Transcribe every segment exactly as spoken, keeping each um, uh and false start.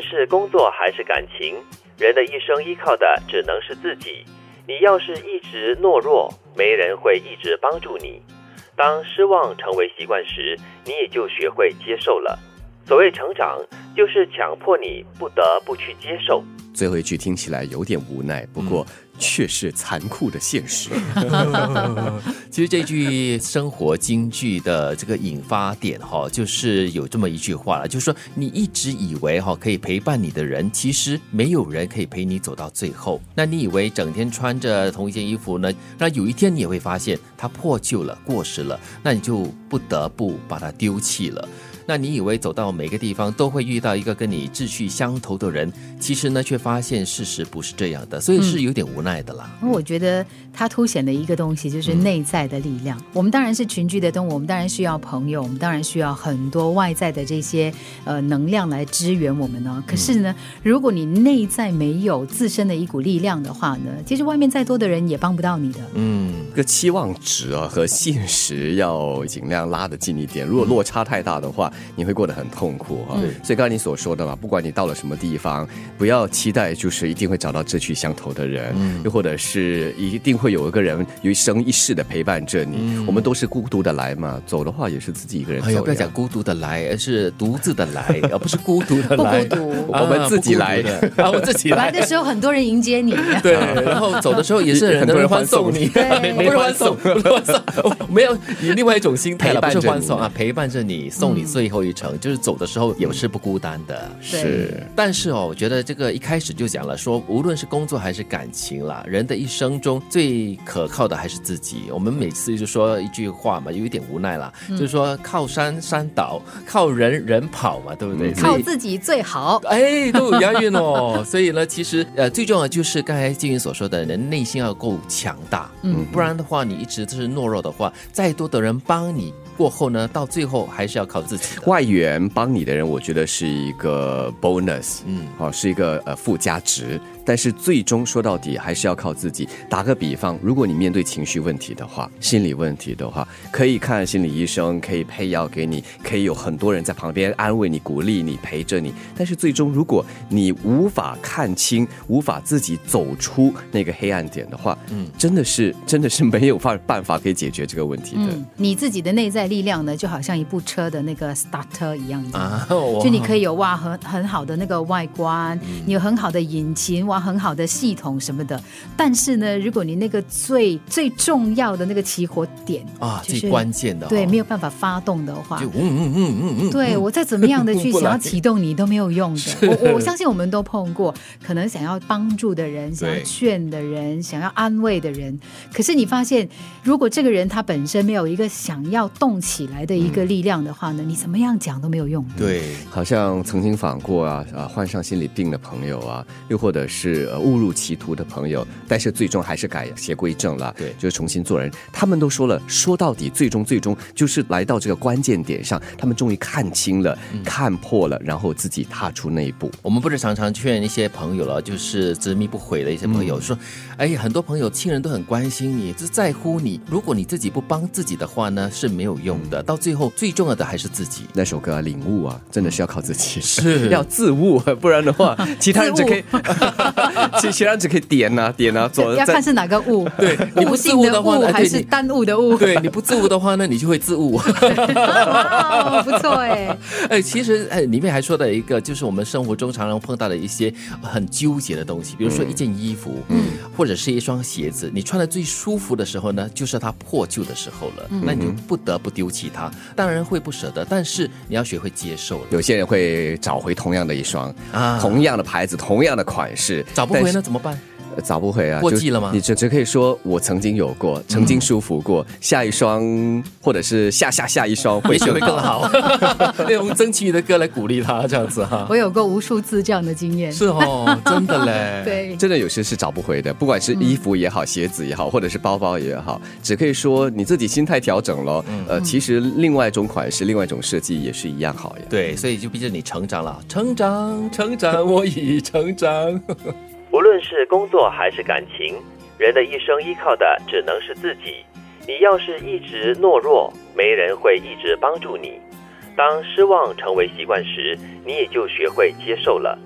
是工作还是感情，人的一生依靠的只能是自己。你要是一直懦弱，没人会一直帮助你。当失望成为习惯时，你也就学会接受了。所谓成长，就是强迫你不得不去接受。 最后一句听起来有点无奈，不过却是残酷的现实。 其实这句生活金句的这个引发点哈，就是有这么一句话了，就是说你一直以为哈可以陪伴你的人，其实没有人可以陪你走到最后。那你以为整天穿着同一件衣服呢，那有一天你也会发现它破旧了、过时了，那你就不得不把它丢弃了。那你以为走到每个地方都会遇到一个跟你志趣相投的人，其实呢却发现事实不是这样的，所以是有点无奈的啦。 嗯、我觉得它凸显的一个东西就是内在的力量、嗯、我们当然是群居的动物，我们当然需要朋友，我们当然需要很多外在的这些呃能量来支援我们呢。可是呢、嗯、如果你内在没有自身的一股力量的话呢，其实外面再多的人也帮不到你的。 嗯，这个期望值啊和现实要尽量拉得近一点，如果落差太大的话，你会过得很痛苦哈、嗯。所以刚才你所说的嘛，不管你到了什么地方，不要期待就是一定会找到志趣相投的人、嗯、又或者是一定会有一个人有一生一世的陪伴着你、嗯、我们都是孤独的来嘛，走的话也是自己一个人走。 哎呀，不要讲孤独的来，而是独自的来，而不是孤独的来。 不孤独、 啊、我们自己来啊，我自己来。 来的时候很多人迎接你， 对，然后走的时候也是很多人欢送你， 没没欢送，不是欢送，没有以另外一种心态了，不是欢送啊，陪伴着你，送你最后一程、嗯，就是走的时候也是不孤单的。 是， 但是哦，我觉得这个一开始就讲了说，无论是工作还是感情啦，人的一生中最可靠的还是自己。我们每次就说一句话嘛，有一点无奈啦、嗯、就是说靠山山倒，靠人人跑嘛，对不对？ 靠自己最好。 哎，都有押韵哦。所以呢，其实呃最重要的就是刚才静云所说的，人内心要够强大，嗯，不然的话，你一直都是懦弱的话，再多的人帮你过后呢，到最后还是要靠自己的。 外援帮你的人，我觉得是一个 bonus， 嗯，哦，是一个呃附加值。但是最终说到底还是要靠自己。打个比方，如果你面对情绪问题的话，心理问题的话，可以看心理医生，可以配药给你，可以有很多人在旁边安慰你、鼓励你、陪着你。但是最终，如果你无法看清，无法自己走出那个黑暗点的话，嗯，真的是真的是没有办法可以解决这个问题的。 嗯、你自己的内在力量呢，就好像一部车的那个 starter 一样，啊、就你可以有哇很很好的那个外观，嗯、你有很好的引擎，哇很好的系统什么的。但是呢，如果你那个最最重要的那个起火点啊， 就是、 最关键的、哦， 对，没有办法发动的话， 就嗯嗯嗯嗯嗯， 对我再怎么样的去想要启动你都没有用的。我我相信我们都碰过，可能想要帮助的人，想要劝的人，想要安慰的人，可是你发现，如果这个人他本身没有一个想要动起来的一个力量的话呢，嗯、你怎么样讲都没有用。 对，好像曾经访过啊，啊患上心理病的朋友啊，又或者是、呃、误入歧途的朋友，但是最终还是改邪归正了，对，就是重新做人。他们都说了，说到底，最终最终就是来到这个关键点上，他们终于看清了、嗯、看破了，然后自己踏出那一步。 我们不是常常劝一些朋友了，就是执迷不悔的一些朋友、嗯、说，哎，很多朋友亲人都很关心你，是在乎你，如果你自己不帮自己的话呢，是没有用的，到最后最重要的还是自己。 那首歌啊，领悟啊，真的是要靠自己， 是要自悟，不然的话其他人只可以其他人只可以点啊点啊做， 要看是哪个悟。 对，你不自悟的话还是耽误的误。 对，你不自悟的话呢，你就会自悟。 哇，不错哎。 哎，其实哎，里面还说的一个就是我们生活中常常碰到的一些很纠结的东西，比如说一件衣服，嗯，或者是一双鞋子，你穿的最舒服的时候呢，就是它破旧的时候了，嗯、那你就不得不丢弃它。当然会不舍得，但是你要学会接受了。 有些人会找回同样的一双，啊，同样的牌子，同样的款式， 找不回呢怎么办？ 找不回啊， 过季了吗？ 你只只可以说我曾经有过，曾经舒服过，嗯、下一双或者是下下下一双会会更好。用曾奇宇的歌来鼓励他，这样子哈。 我有过无数次这样的经验。 是哦，真的嘞。 对， 真的有时是找不回的，不管是衣服也好，嗯、鞋子也好，或者是包包也好，只可以说你自己心态调整了。嗯、呃，其实另外一种款式，另外一种设计也是一样好呀。 对，所以就逼着你成长了，成长，成长，我已成长。 无论是工作还是感情，人的一生依靠的只能是自己。你要是一直懦弱，没人会一直帮助你。当失望成为习惯时，你也就学会接受了。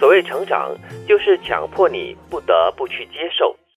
所谓成长，就是强迫你不得不去接受。